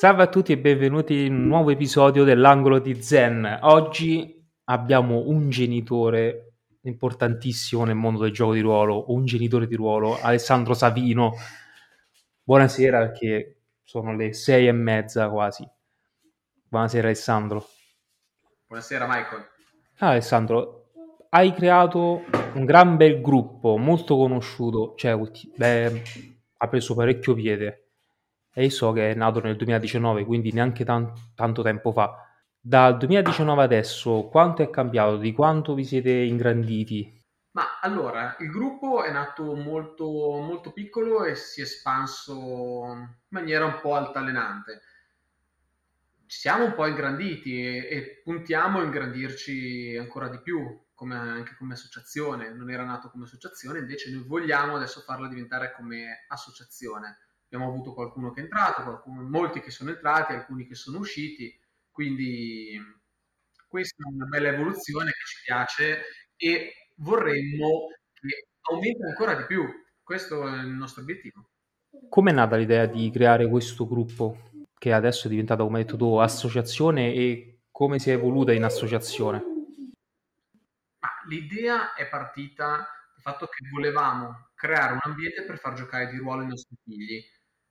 Salve a tutti e benvenuti in un nuovo episodio dell'Angolo di Zen. Oggi abbiamo un genitore importantissimo nel mondo del gioco di ruolo, o un genitore di ruolo, Alessandro Savino. Buonasera, perché sono le 6:30 quasi. Buonasera Alessandro. Buonasera Michael. Alessandro, hai creato un gran bel gruppo, molto conosciuto, ha preso parecchio piede e so che è nato nel 2019, quindi neanche tanto tempo fa. Dal 2019 adesso, quanto è cambiato? Di quanto vi siete ingranditi? Ma allora, il gruppo è nato molto, molto piccolo e si è espanso in maniera un po' altalenante. Ci siamo un po' ingranditi e puntiamo a ingrandirci ancora di più, anche come associazione. Non era nato come associazione, invece noi vogliamo adesso farla diventare come associazione. Abbiamo avuto qualcuno che è entrato, molti che sono entrati, alcuni che sono usciti, quindi questa è una bella evoluzione che ci piace e vorremmo che aumenti ancora di più. Questo è il nostro obiettivo. Com'è nata l'idea di creare questo gruppo, che adesso è diventato, come hai detto tu, associazione, e come si è evoluta in associazione? Ma l'idea è partita dal fatto che volevamo creare un ambiente per far giocare di ruolo i nostri figli,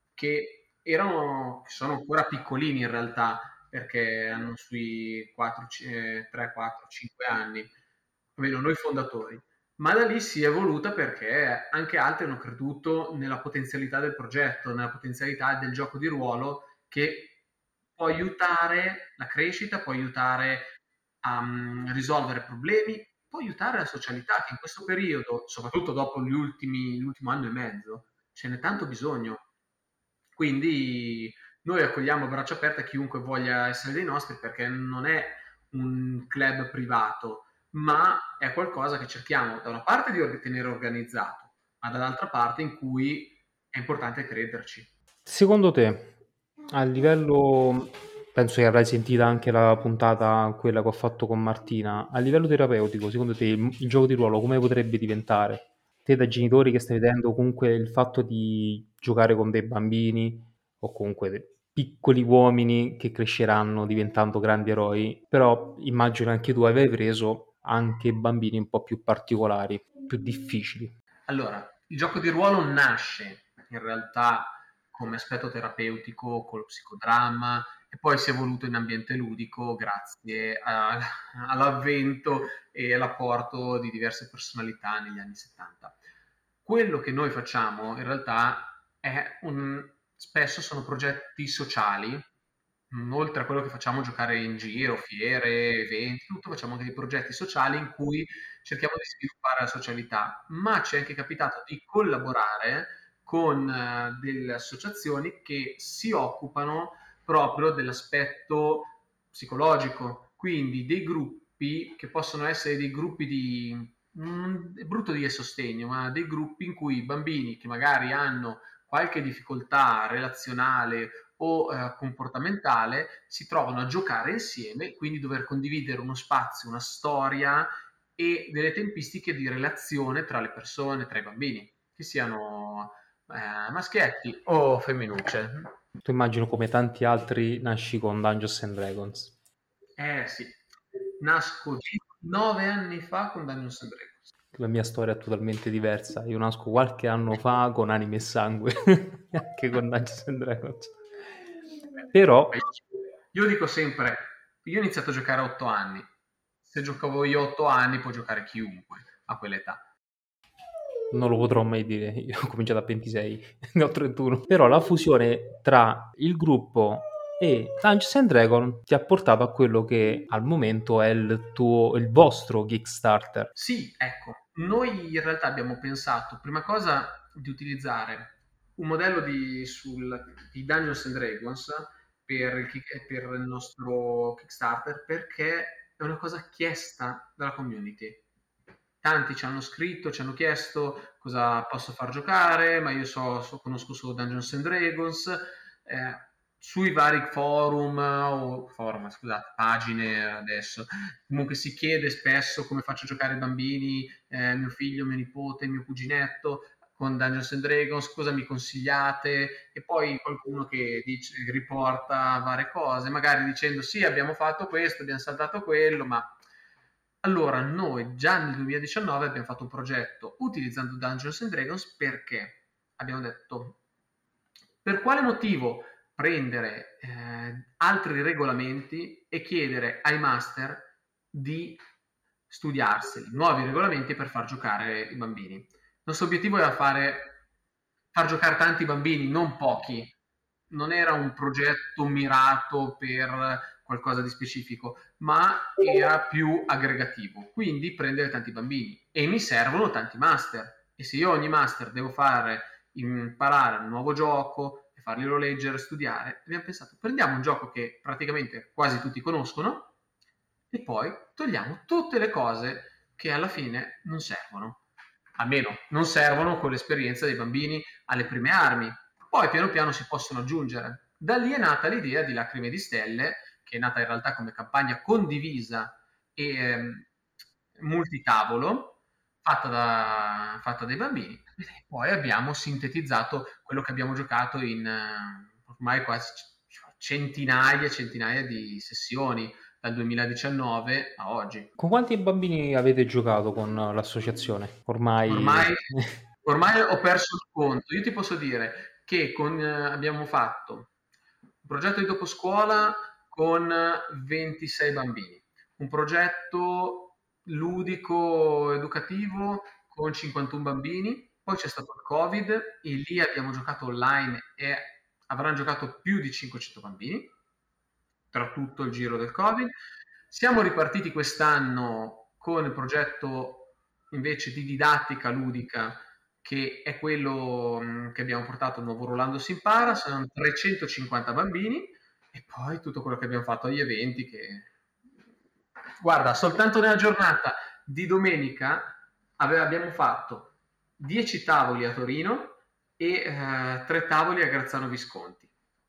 che sono ancora piccolini in realtà, perché hanno sui 3, 4, 5 anni, almeno noi fondatori. Ma da lì si è evoluta perché anche altri hanno creduto nella potenzialità del progetto, nella potenzialità del gioco di ruolo che può aiutare la crescita, può aiutare a risolvere problemi, può aiutare la socialità che in questo periodo, soprattutto dopo l'ultimo anno e mezzo, ce n'è tanto bisogno. Quindi noi accogliamo a braccia aperte chiunque voglia essere dei nostri perché non è un club privato, ma è qualcosa che cerchiamo da una parte di tenere organizzato, ma dall'altra parte in cui è importante crederci. Secondo te, a livello, penso che avrai sentito anche la puntata, quella che ho fatto con Martina, a livello terapeutico, secondo te il gioco di ruolo come potrebbe diventare? Te da genitori che stai vedendo comunque il fatto di giocare con dei bambini o comunque dei piccoli uomini che cresceranno diventando grandi eroi, però immagino anche tu avevi preso anche bambini un po' più particolari, più difficili. Allora, il gioco di ruolo nasce in realtà come aspetto terapeutico con lo psicodramma e poi si è evoluto in ambiente ludico grazie all'avvento e all'apporto di diverse personalità negli anni 70. Quello che noi facciamo in realtà spesso sono progetti sociali, oltre a quello che facciamo giocare in giro, fiere, eventi, tutto, facciamo anche dei progetti sociali in cui cerchiamo di sviluppare la socialità, ma ci è anche capitato di collaborare con delle associazioni che si occupano proprio dell'aspetto psicologico, quindi dei gruppi che possono essere dei gruppi è brutto dire sostegno, ma dei gruppi in cui i bambini che magari hanno qualche difficoltà relazionale o comportamentale si trovano a giocare insieme, quindi dover condividere uno spazio, una storia e delle tempistiche di relazione tra le persone, tra i bambini, che siano maschietti o femminucce. Tu immagino come tanti altri nasci con Dungeons and Dragons. Eh sì, nasco 9 anni fa con Dungeons and Dragons. La mia storia è totalmente diversa. Io nasco qualche anno fa con Anime e Sangue, anche con Dungeons and Dragons. Però Io dico sempre, io ho iniziato a giocare a 8 anni. Se giocavo io a 8 anni può giocare chiunque a quell'età. non lo potrò mai dire, io ho cominciato a 26, ne ho 31. Però la fusione tra il gruppo e Dungeons and Dragons ti ha portato a quello che al momento è il vostro Kickstarter. Sì, ecco, noi in realtà abbiamo pensato, prima cosa, di utilizzare un modello di Dungeons and Dragons per il nostro Kickstarter perché è una cosa chiesta dalla community. Tanti ci hanno scritto, ci hanno chiesto cosa posso far giocare, ma io conosco solo Dungeons and Dragons. Sui vari scusate, pagine adesso, comunque si chiede spesso come faccio a giocare i bambini, mio figlio, mio nipote, mio cuginetto. con Dungeons and Dragons, cosa mi consigliate? E poi qualcuno che dice, riporta varie cose, magari dicendo sì, abbiamo fatto questo, abbiamo saltato quello, ma allora noi già nel 2019 abbiamo fatto un progetto utilizzando Dungeons and Dragons perché abbiamo detto per quale motivo prendere altri regolamenti e chiedere ai master di studiarseli, nuovi regolamenti per far giocare i bambini. Il nostro obiettivo era far giocare tanti bambini, non pochi. Non era un progetto mirato per qualcosa di specifico, ma era più aggregativo. Quindi prendere tanti bambini. E mi servono tanti master. E se io ogni master devo imparare un nuovo gioco e farglielo leggere, studiare, abbiamo pensato, prendiamo un gioco che praticamente quasi tutti conoscono e poi togliamo tutte le cose che alla fine non servono. Almeno non servono con l'esperienza dei bambini alle prime armi. Poi piano piano si possono aggiungere. Da lì è nata l'idea di Lacrime di Stelle, che è nata in realtà come campagna condivisa e multitavolo, fatta dai bambini. E poi abbiamo sintetizzato quello che abbiamo giocato in ormai quasi centinaia e centinaia di sessioni dal 2019 a oggi. Con quanti bambini avete giocato con l'associazione? Ormai... Ormai, ormai ho perso il conto. Io ti posso dire che abbiamo fatto un progetto di doposcuola con 26 bambini, un progetto ludico educativo con 51 bambini, poi c'è stato il Covid e lì abbiamo giocato online e avranno giocato più di 500 bambini tra tutto il giro del Covid. Siamo ripartiti quest'anno con il progetto invece di didattica ludica, che è quello che abbiamo portato al nuovo Rolando si impara, sono 350 bambini e poi tutto quello che abbiamo fatto agli eventi che... Guarda, soltanto nella giornata di domenica abbiamo fatto 10 tavoli a Torino e 3 tavoli a Grazzano Visconti.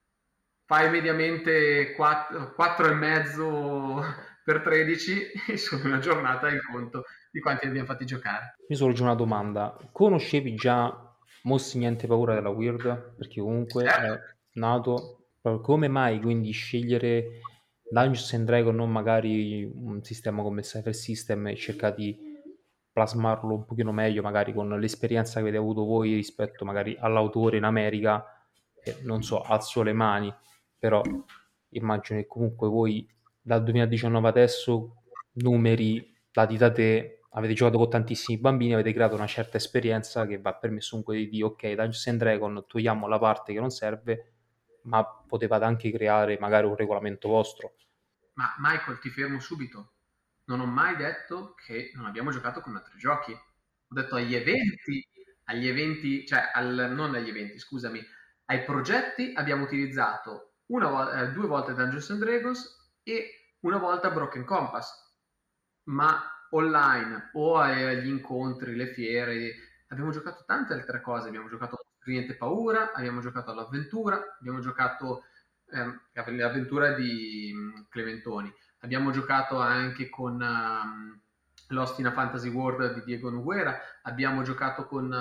Fai mediamente 4 e mezzo per 13 e su una giornata hai il conto di quanti abbiamo fatti giocare. Mi sorge una domanda. Conoscevi già Mossi Niente Paura della Weird? Perché comunque Certo. è nato... Come mai quindi scegliere Dungeons and Dragons, non magari un sistema come Cypher System, e cercare di plasmarlo un pochino meglio, magari con l'esperienza che avete avuto voi rispetto magari all'autore in America, che non so, alzo le mani, però immagino che comunque voi dal 2019 adesso, numeri dati da te, avete giocato con tantissimi bambini, avete creato una certa esperienza che va permesso comunque di dire ok, Dungeons and Dragons togliamo la parte che non serve, ma potevate anche creare magari un regolamento vostro. Ma Michael, ti fermo subito. Non ho mai detto che non abbiamo giocato con altri giochi. Ho detto agli eventi, cioè non agli eventi, scusami, ai progetti abbiamo utilizzato 2 volte Dungeons and Dragons e una volta Broken Compass, ma online o agli incontri, le fiere, abbiamo giocato tante altre cose, abbiamo giocato a Niente Paura, abbiamo giocato all'avventura, abbiamo giocato l'avventura di Clementoni, abbiamo giocato anche con Lost in a Fantasy World di Diego Noguera, abbiamo giocato con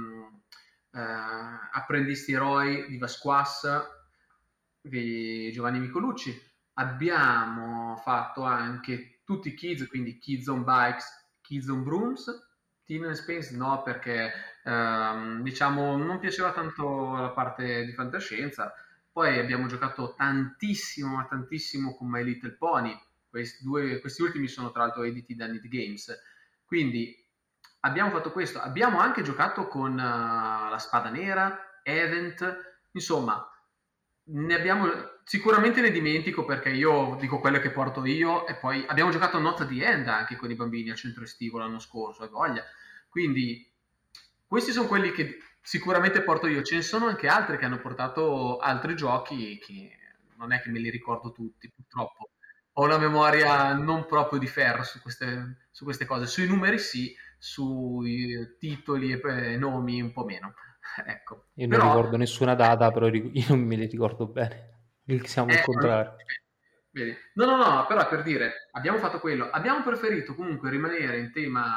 Apprendisti Eroi di Vasquas di Giovanni Micolucci, abbiamo fatto anche tutti i kids, quindi Kids on Bikes, Kids on Brooms, Teen and Space no perché diciamo non piaceva tanto la parte di fantascienza, poi abbiamo giocato tantissimo, ma tantissimo con My Little Pony, questi ultimi sono tra l'altro editi da Need Games, quindi abbiamo fatto questo, abbiamo anche giocato con la Spada Nera, Event, insomma ne abbiamo sicuramente ne dimentico perché io dico quelle che porto io e poi abbiamo giocato Not at the End anche con i bambini al centro estivo l'anno scorso, hai voglia. Quindi questi sono quelli che sicuramente porto io, ce ne sono anche altri che hanno portato altri giochi che non è che me li ricordo tutti, purtroppo. Ho una memoria non proprio di ferro su queste cose, sui numeri sì, sui titoli e nomi un po' meno. Ecco. Io non Però ricordo nessuna data, però io non me le ricordo bene. Siamo il allora, contrario. vedi. No, no, no, però per dire, abbiamo fatto quello, abbiamo preferito comunque rimanere in tema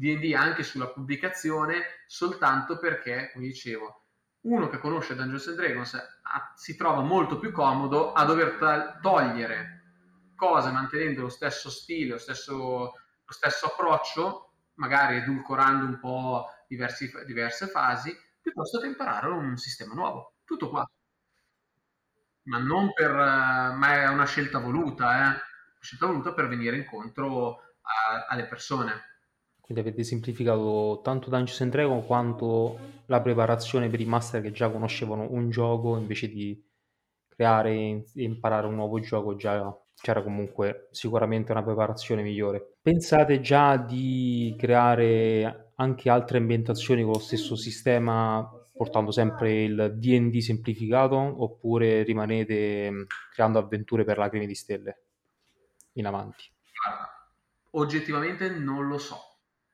D&D anche sulla pubblicazione soltanto perché, come dicevo, uno che conosce Dungeons and Dragons si trova molto più comodo a dover togliere cose mantenendo lo stesso stile, lo stesso approccio, magari edulcorando un po' diverse fasi, piuttosto che imparare un sistema nuovo. Tutto qua. Ma non per, ma è una scelta voluta, una scelta voluta per venire incontro alle persone. Quindi avete semplificato tanto Dungeons and Dragons quanto la preparazione per i master che già conoscevano un gioco, invece di creare e imparare un nuovo gioco, già c'era comunque sicuramente una preparazione migliore. Pensate già di creare anche altre ambientazioni con lo stesso sistema, portando sempre il D&D semplificato, oppure rimanete creando avventure per Lacrime di Stelle in avanti? Guarda, oggettivamente non lo so.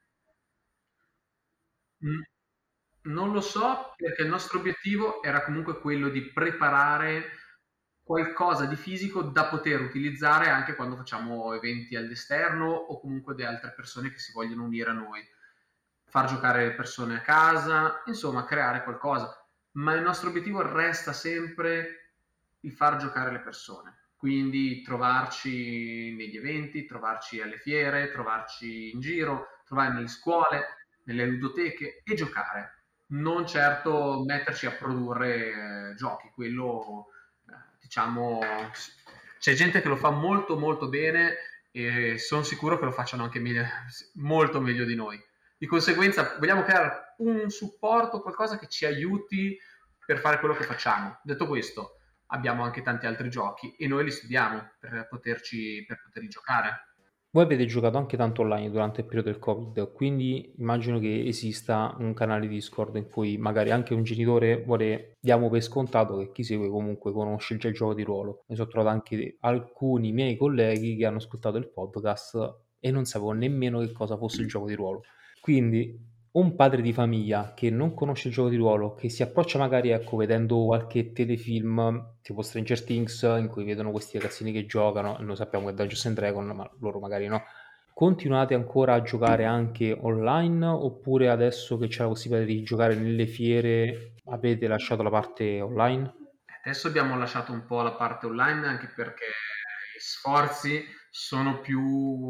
Mm, Non lo so perché il nostro obiettivo era comunque quello di preparare qualcosa di fisico da poter utilizzare anche quando facciamo eventi all'esterno o comunque di altre persone che si vogliono unire a noi. Far giocare le persone a casa, insomma, creare qualcosa. Ma il nostro obiettivo resta sempre il far giocare le persone. Quindi trovarci negli eventi, trovarci alle fiere, trovarci in giro, trovare nelle scuole, nelle ludoteche e giocare. Non certo metterci a produrre giochi, quello diciamo c'è gente che lo fa molto molto bene e sono sicuro che lo facciano anche molto meglio di noi. Di conseguenza vogliamo creare un supporto, qualcosa che ci aiuti per fare quello che facciamo. Detto questo, abbiamo anche tanti altri giochi e noi li studiamo per poterli giocare. Voi avete giocato anche tanto online durante il periodo del Covid, quindi immagino che esista un canale Discord in cui magari anche un genitore vuole, diamo per scontato che chi segue comunque conosce già il gioco di ruolo. Mi sono trovato anche alcuni miei colleghi che hanno ascoltato il podcast e non sapevano nemmeno che cosa fosse il gioco di ruolo. Quindi un padre di famiglia che non conosce il gioco di ruolo, che si approccia magari, ecco, vedendo qualche telefilm tipo Stranger Things in cui vedono questi ragazzini che giocano, e noi sappiamo che è Dungeons and Dragons, ma loro magari no. Continuate ancora a giocare anche online oppure adesso che c'è la possibilità di giocare nelle fiere avete lasciato la parte online? Adesso abbiamo lasciato un po' la parte online anche perché gli sforzi sono più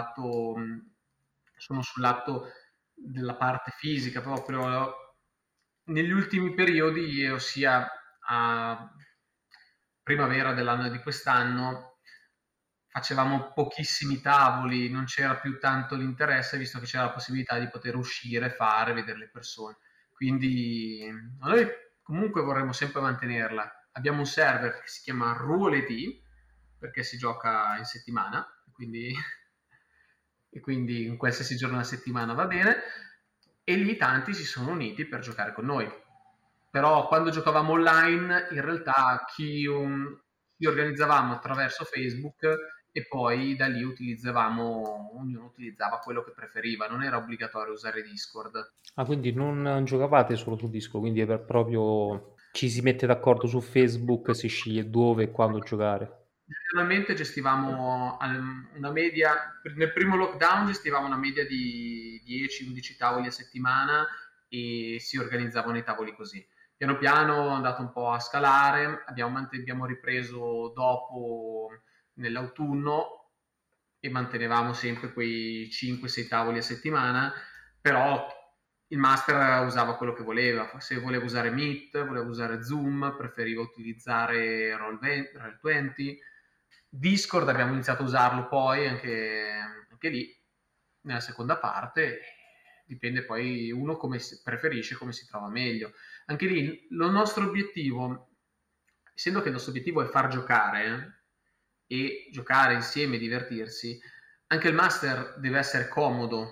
sono sul lato della parte fisica proprio negli ultimi periodi, ossia a primavera dell'anno di quest'anno, facevamo pochissimi tavoli, non c'era più tanto l'interesse, visto che c'era la possibilità di poter uscire, fare, vedere le persone. Quindi noi comunque vorremmo sempre mantenerla. Abbiamo un server che si chiama Ruoleti, perché si gioca in settimana, quindi, e quindi in qualsiasi giorno della settimana va bene, e lì tanti si sono uniti per giocare con noi. Però quando giocavamo online, in realtà ci organizzavamo attraverso Facebook e poi da lì ognuno utilizzava quello che preferiva, non era obbligatorio usare Discord. Ah, quindi non giocavate solo su disco, quindi è proprio ci si mette d'accordo su Facebook, si sceglie dove e quando giocare. Generalmente gestivamo una media, nel primo lockdown gestivamo una media di 10-11 tavoli a settimana e si organizzavano i tavoli così. Piano piano è andato un po' a scalare, abbiamo ripreso dopo nell'autunno e mantenevamo sempre quei 5-6 tavoli a settimana, però il master usava quello che voleva, se voleva usare Meet, voleva usare Zoom, preferiva utilizzare Roll20, Discord abbiamo iniziato a usarlo poi anche lì nella seconda parte, dipende poi uno come preferisce, come si trova meglio. Anche lì il nostro obiettivo, essendo che il nostro obiettivo è far giocare e giocare insieme e divertirsi, anche il master deve essere comodo.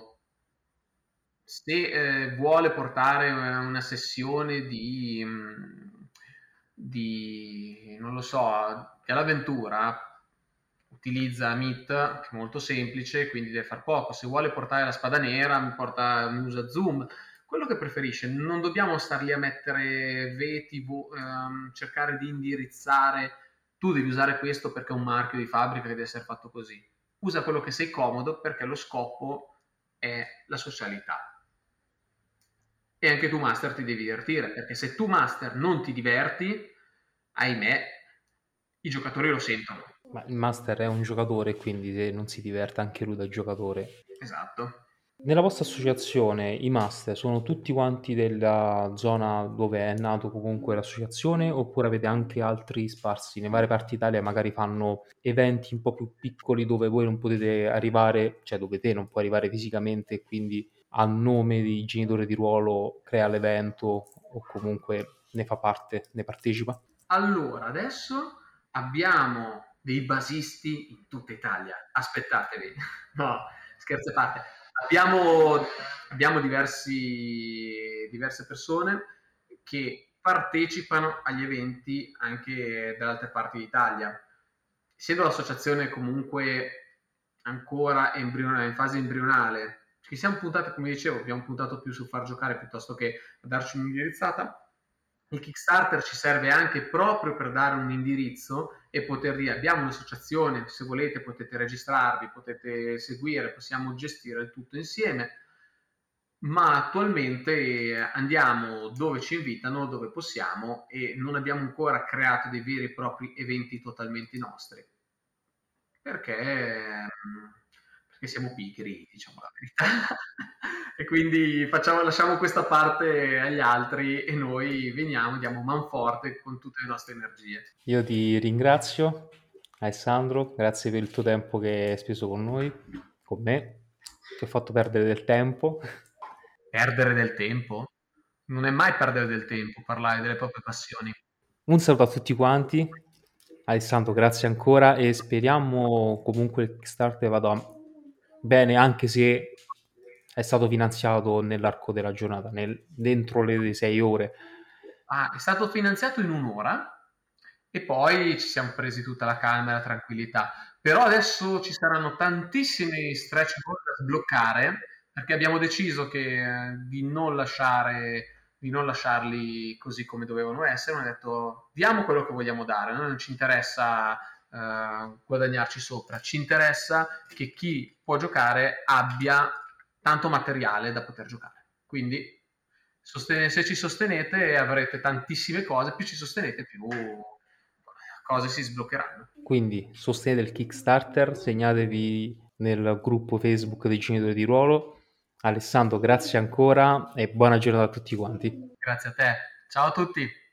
Se vuole portare una sessione non lo so, che all'avventura utilizza Meet, che è molto semplice, quindi deve far poco. Se vuole portare la spada nera, mi usa Zoom, quello che preferisce. Non dobbiamo star lì a mettere veti, cercare di indirizzare. Tu devi usare questo perché è un marchio di fabbrica che deve essere fatto così. Usa quello che sei comodo perché lo scopo è la socialità. E anche tu master ti devi divertire, perché se tu master non ti diverti, ahimè, i giocatori lo sentono. Ma il master è un giocatore, quindi se non si diverte anche lui da giocatore. Esatto. Nella vostra associazione i master sono tutti quanti della zona dove è nato comunque l'associazione, oppure avete anche altri sparsi nelle varie parti d'Italia, magari fanno eventi un po' più piccoli dove voi non potete arrivare, cioè dove te non puoi arrivare fisicamente e quindi a nome di genitore di ruolo crea l'evento o comunque ne fa parte, ne partecipa? Allora, adesso abbiamo dei basisti in tutta Italia. Aspettatevi. No, scherzi a parte. Abbiamo, abbiamo diverse persone che partecipano agli eventi anche dalle altre parti d'Italia. Essendo l'associazione comunque ancora in fase embrionale, ci siamo puntati, come dicevo, abbiamo puntato più su far giocare piuttosto che a darci un'indirizzata. Il Kickstarter ci serve anche proprio per dare un indirizzo e poter dire abbiamo un'associazione, se volete potete registrarvi, potete seguire, possiamo gestire il tutto insieme, ma attualmente andiamo dove ci invitano, dove possiamo e non abbiamo ancora creato dei veri e propri eventi totalmente nostri, perché siamo pigri, diciamo la verità. E quindi lasciamo questa parte agli altri e noi veniamo, diamo manforte con tutte le nostre energie. Io ti ringrazio, Alessandro, grazie per il tuo tempo che hai speso con noi, con me, ti ho fatto perdere del tempo. Perdere del tempo? Non è mai perdere del tempo parlare delle proprie passioni. Un saluto a tutti quanti, Alessandro, grazie ancora e speriamo comunque il Kickstarter vada bene, anche se è stato finanziato nell'arco della giornata, dentro le 6 ore. Ah, è stato finanziato in un'ora e poi ci siamo presi tutta la calma e la tranquillità. Però adesso ci saranno tantissimi stretch goal da sbloccare perché abbiamo deciso di non lasciarli così come dovevano essere. Abbiamo detto diamo quello che vogliamo dare, noi non ci interessa guadagnarci sopra, ci interessa che chi può giocare abbia tanto materiale da poter giocare. Quindi se ci sostenete avrete tantissime cose, più ci sostenete più cose si sbloccheranno. Quindi sostenete il Kickstarter, segnatevi nel gruppo Facebook dei genitori di ruolo. Alessandro, grazie ancora e buona giornata a tutti quanti. Grazie a te, ciao a tutti!